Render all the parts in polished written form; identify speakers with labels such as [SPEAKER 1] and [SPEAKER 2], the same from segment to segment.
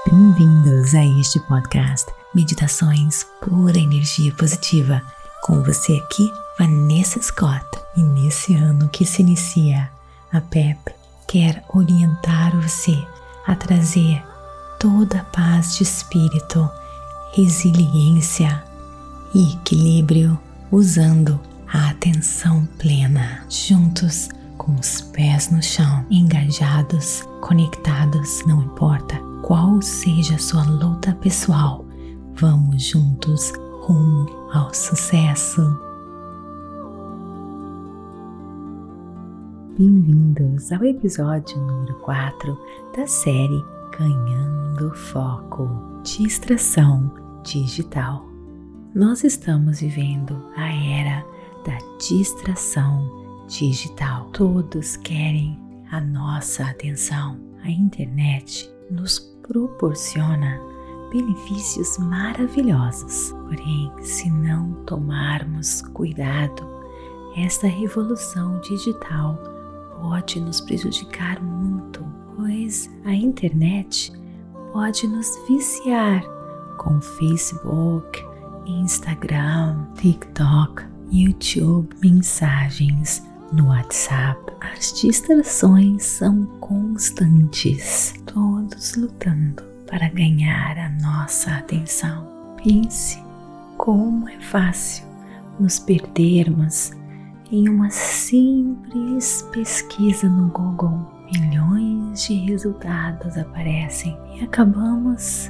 [SPEAKER 1] Bem-vindos a este podcast Meditações Pura Energia Positiva. Com você aqui, Vanessa Scott. E nesse ano que se inicia, a PEP quer orientar você a trazer toda a paz de espírito, resiliência e equilíbrio usando a atenção plena, juntos com os pés no chão, engajados, conectados, não importa qual seja a sua luta pessoal, vamos juntos rumo ao sucesso. Bem-vindos ao episódio número 4 da série Ganhando Foco, Distração Digital. Nós estamos vivendo a era da distração digital. Todos querem a nossa atenção. A internet nos proporciona benefícios maravilhosos. Porém, se não tomarmos cuidado, esta revolução digital pode nos prejudicar muito, pois a internet pode nos viciar com Facebook, Instagram, TikTok, YouTube, mensagens no WhatsApp. As distrações são constantes, todos lutando para ganhar a nossa atenção. Pense como é fácil nos perdermos em uma simples pesquisa no Google. Milhões de resultados aparecem e acabamos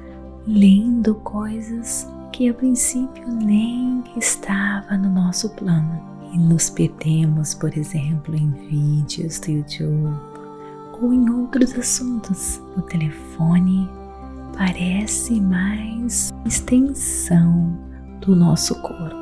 [SPEAKER 1] lendo coisas que a princípio nem estava no nosso plano. E nos perdemos, por exemplo, em vídeos do YouTube ou em outros assuntos. O telefone parece mais extensão do nosso corpo,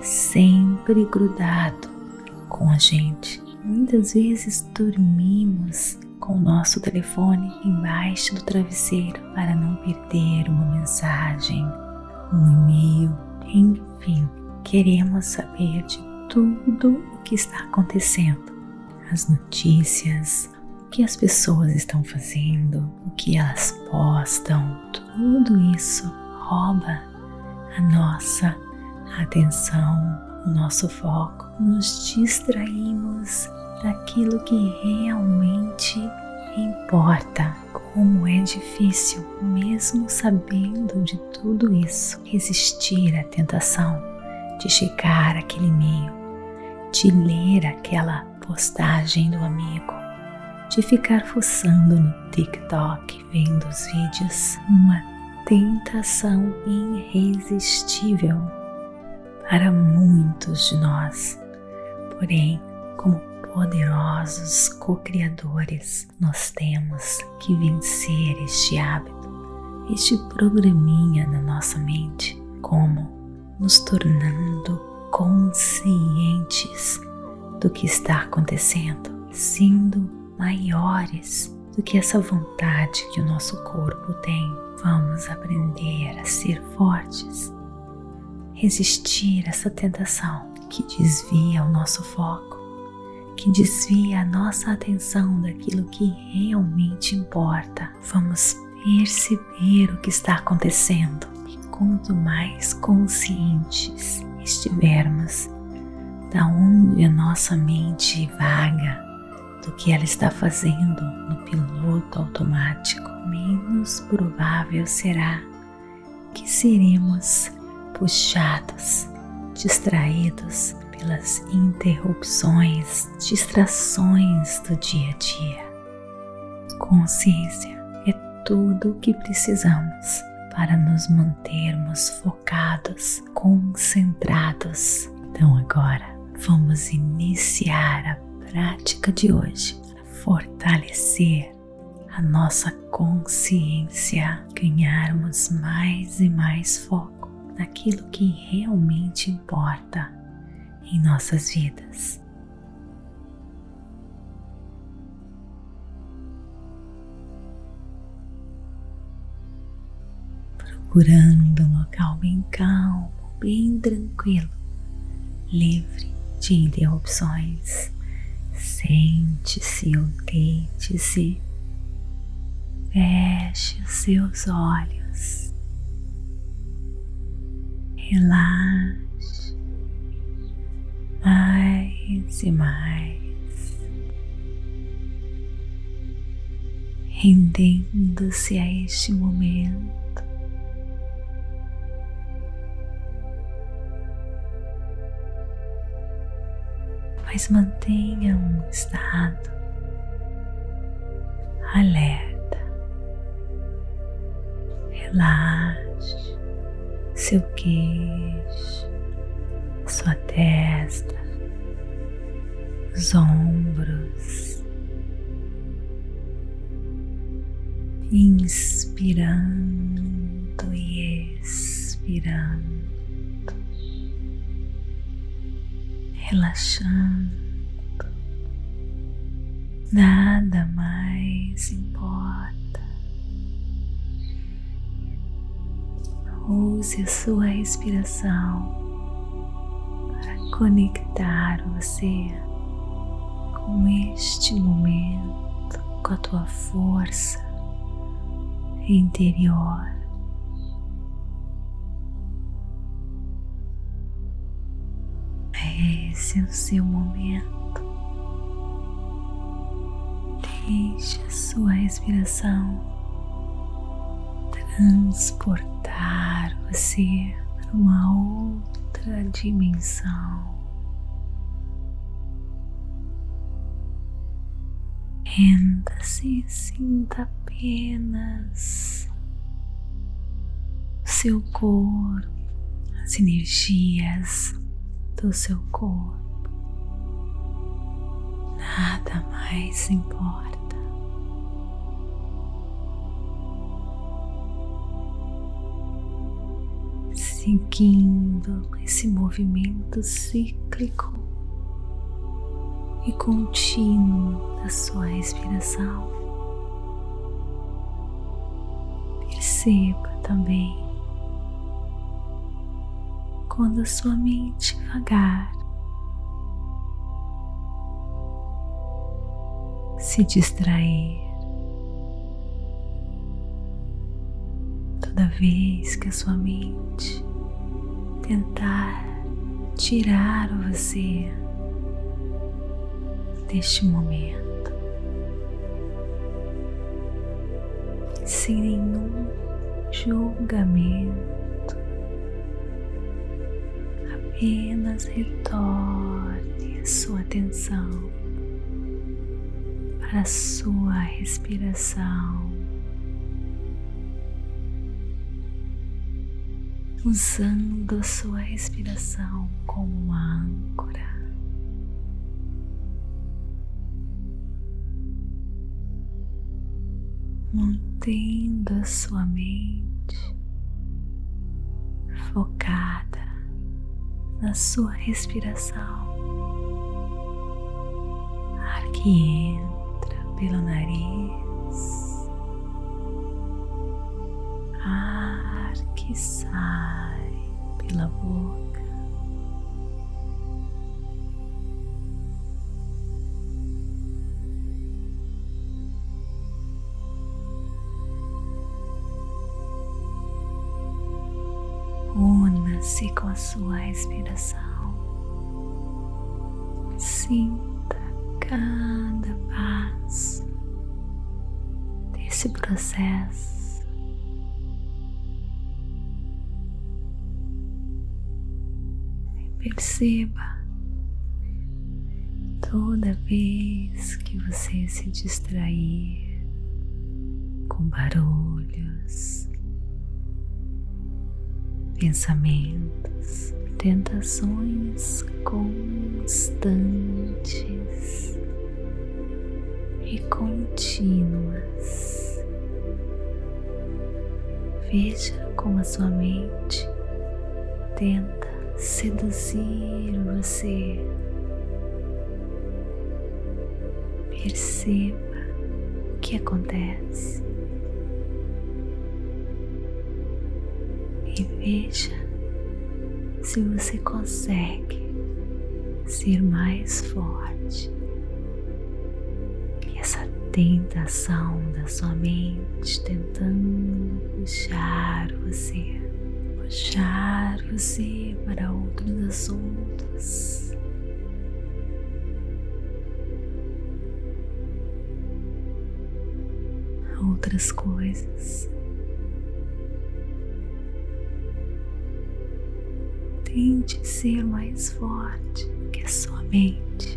[SPEAKER 1] sempre grudado com a gente. Muitas vezes dormimos com o nosso telefone embaixo do travesseiro para não perder uma mensagem, um e-mail, enfim, queremos saber de tudo o que está acontecendo, as notícias, o que as pessoas estão fazendo, o que elas postam, tudo isso rouba a nossa atenção, o nosso foco. Nos distraímos daquilo que realmente importa. Como é difícil, mesmo sabendo de tudo isso, resistir à tentação de checar aquele e-mail, de ler aquela postagem do amigo, de ficar fuçando no TikTok vendo os vídeos. Uma tentação irresistível para muitos de nós. Porém, como poderosos co-criadores, nós temos que vencer este hábito, este programinha na nossa mente. Como? Nos tornando conscientes do que está acontecendo, sendo maiores do que essa vontade que o nosso corpo tem. Vamos aprender a ser fortes, resistir a essa tentação que desvia o nosso foco, que desvia a nossa atenção daquilo que realmente importa. Vamos perceber o que está acontecendo. Quanto mais conscientes estivermos da onde a nossa mente vaga, do que ela está fazendo no piloto automático, menos provável será que seremos puxados, distraídos pelas interrupções, distrações do dia a dia. Consciência é tudo o que precisamos para nos mantermos focados, concentrados. Então agora vamos iniciar a prática de hoje para fortalecer a nossa consciência, ganharmos mais e mais foco naquilo que realmente importa em nossas vidas. Procurando um local bem calmo, bem tranquilo, livre de interrupções. Sente-se ou deite-se Feche os seus olhos, relaxe mais e mais, rendendo-se a este momento. Mas mantenha um estado alerta. Relaxe seu queixo, sua testa, os ombros, inspirando e expirando, relaxando. Nada mais importa. Use a sua respiração para conectar você com este momento, com a tua força interior. Esse é o seu momento. Deixe a sua respiração transportar você para uma outra dimensão. Renda-se e sinta apenas o seu corpo, as energias do seu corpo. Nada mais importa. Seguindo esse movimento cíclico e contínuo da sua respiração, perceba também quando a sua mente vagar, se distrair. Toda vez que a sua mente tentar tirar você deste momento, sem nenhum julgamento, apenas retorne a sua atenção para a sua respiração, usando a sua respiração como uma âncora. Mantendo a sua mente focada na sua respiração, ar que entra pelo nariz, ar que sai pela boca. Una-se com a sua respiração. Sinta cada passo desse processo. E perceba toda vez que você se distrair com barulhos, pensamentos, tentações constantes e contínuas. Veja como a sua mente tenta seduzir você. Perceba o que acontece. E veja se você consegue ser mais forte que essa tentação da sua mente tentando puxar você para outros assuntos. Outras coisas. Tente ser mais forte que a sua mente.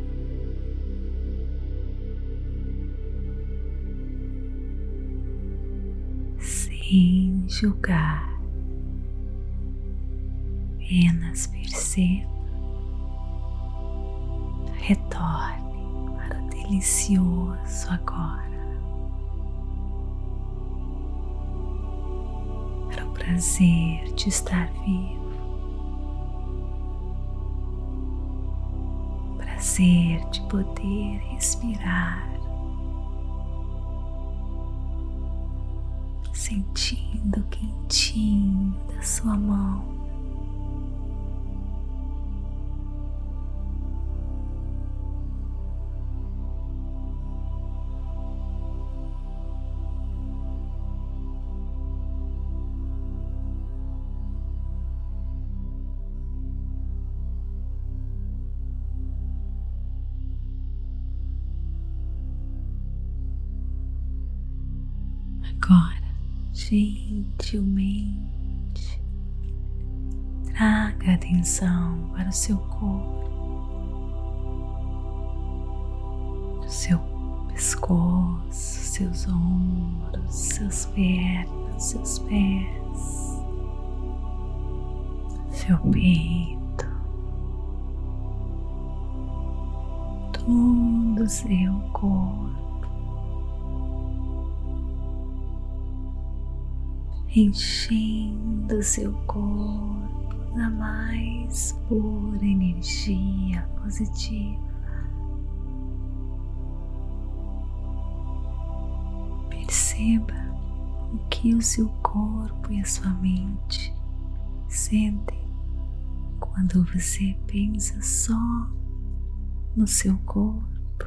[SPEAKER 1] Sem julgar, apenas perceba, retorne para o delicioso agora, para o prazer de estar vivo, prazer de poder respirar, sentindo o quentinho da sua mão. Agora, gentilmente, traga atenção para o seu corpo, seu pescoço, seus ombros, suas pernas, seus pés, seu peito, todo o seu corpo. Enchendo seu corpo da mais pura energia positiva. Perceba o que o seu corpo e a sua mente sentem quando você pensa só no seu corpo,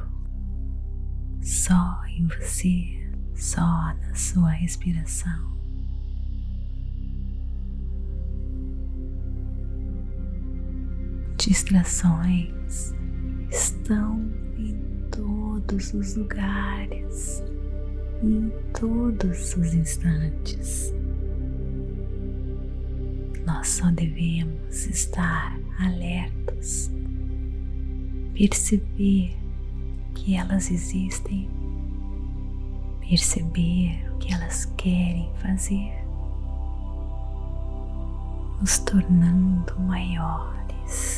[SPEAKER 1] só em você, só na sua respiração. Distrações estão em todos os lugares e em todos os instantes. Nós só devemos estar alertos, perceber que elas existem, perceber o que elas querem fazer, nos tornando maiores.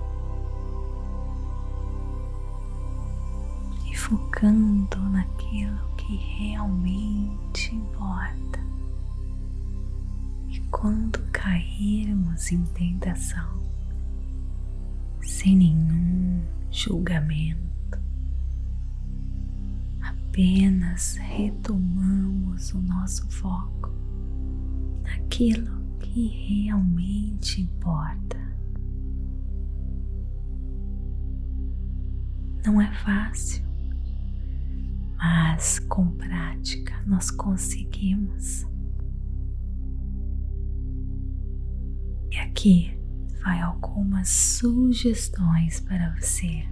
[SPEAKER 1] Focando naquilo que realmente importa. E quando cairmos em tentação, sem nenhum julgamento, apenas retomamos o nosso foco naquilo que realmente importa. Não é fácil, mas com prática nós conseguimos. E aqui vai algumas sugestões para você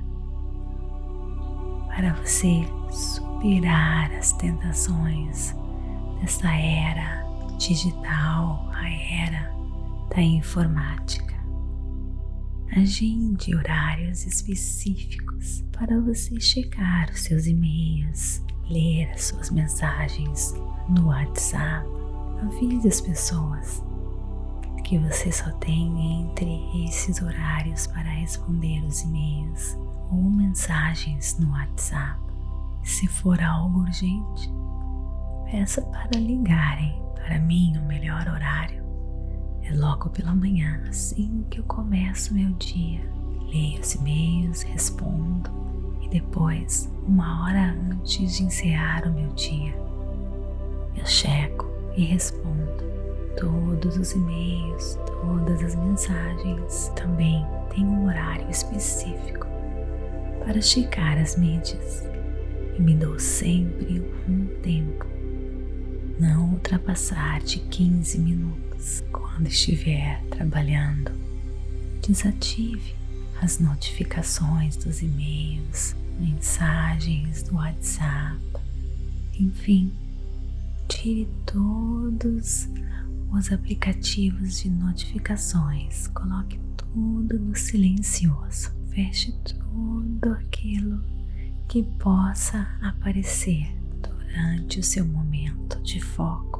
[SPEAKER 1] superar as tentações dessa era digital, a era da informática. Agende horários específicos para você checar os seus e-mails, ler as suas mensagens no WhatsApp. Avise as pessoas que você só tem entre esses horários para responder os e-mails ou mensagens no WhatsApp. Se for algo urgente, peça para ligarem. Para mim, o melhor horário é logo pela manhã, assim que eu começo meu dia. Leio os e-mails, respondo e depois, 1 hora antes de encerrar o meu dia, eu checo e respondo todos os e-mails, todas as mensagens. Também tem um horário específico para checar as mídias e Eu me dou sempre um tempo, não ultrapassar de 15 minutos. Quando estiver trabalhando, desative as notificações dos e-mails, mensagens do WhatsApp, enfim, tire todos os aplicativos de notificações, coloque tudo no silencioso, feche tudo aquilo que possa aparecer durante o seu momento de foco.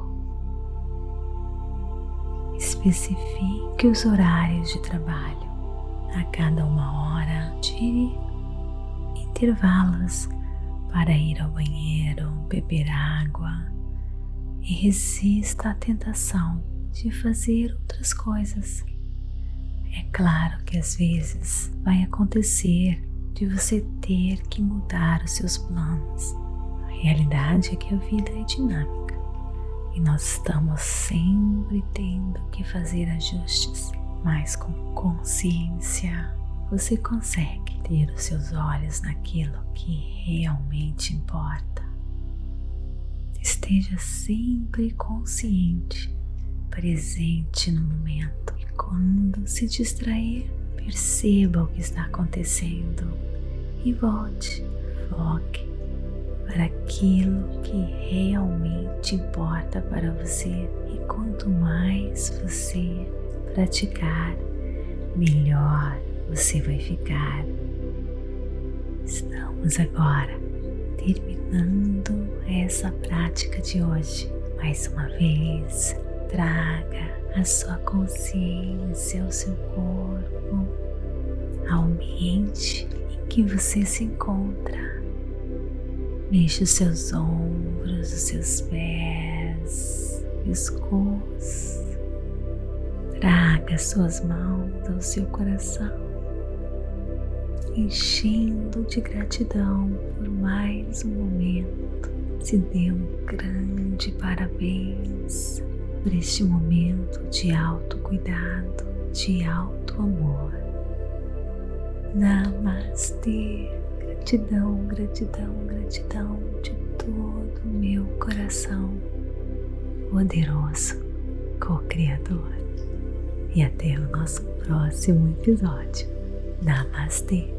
[SPEAKER 1] Especifique os horários de trabalho. A cada 1 hora, tire intervalos para ir ao banheiro, beber água e resista à tentação de fazer outras coisas. É claro que às vezes vai acontecer de você ter que mudar os seus planos. A realidade é que a vida é dinâmica e nós estamos sempre tendo que fazer ajustes, mas com consciência você consegue ter os seus olhos naquilo que realmente importa. Esteja sempre consciente, presente no momento, e quando se distrair, perceba o que está acontecendo e volte, foque para aquilo que realmente importa para você. E quanto mais você praticar, melhor você vai ficar. Estamos agora terminando essa prática de hoje. Mais uma vez, traga a sua consciência ao seu corpo, ao ambiente em que você se encontra. Mexa os seus ombros, os seus pés, pescoço. Traga suas mãos ao seu coração, enchendo de gratidão por mais um momento. Se dê um grande parabéns por este momento de autocuidado, de autoamor. Namastê. Gratidão, gratidão, gratidão de todo o meu coração poderoso, co-criador. E até o nosso próximo episódio. Namastê.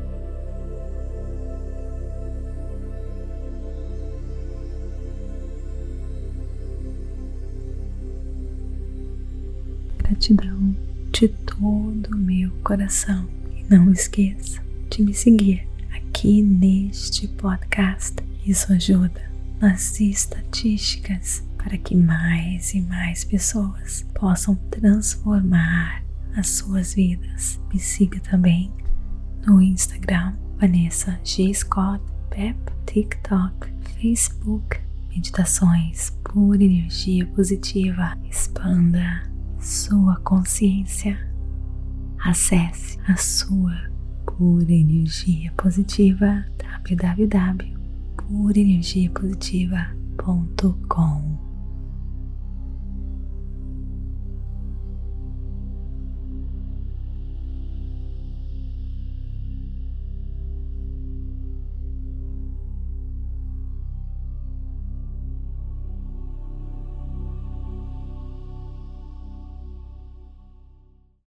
[SPEAKER 1] Gratidão de todo o meu coração. E não esqueça de me seguir aqui neste podcast. Isso ajuda nas estatísticas para que mais e mais pessoas possam transformar as suas vidas. Me siga também no Instagram, Vanessa G. Scott Pep, TikTok, Facebook, Meditações por Energia Positiva. Expanda sua consciência. Acesse a sua Pura Energia Positiva, www.purenergiapositiva.com.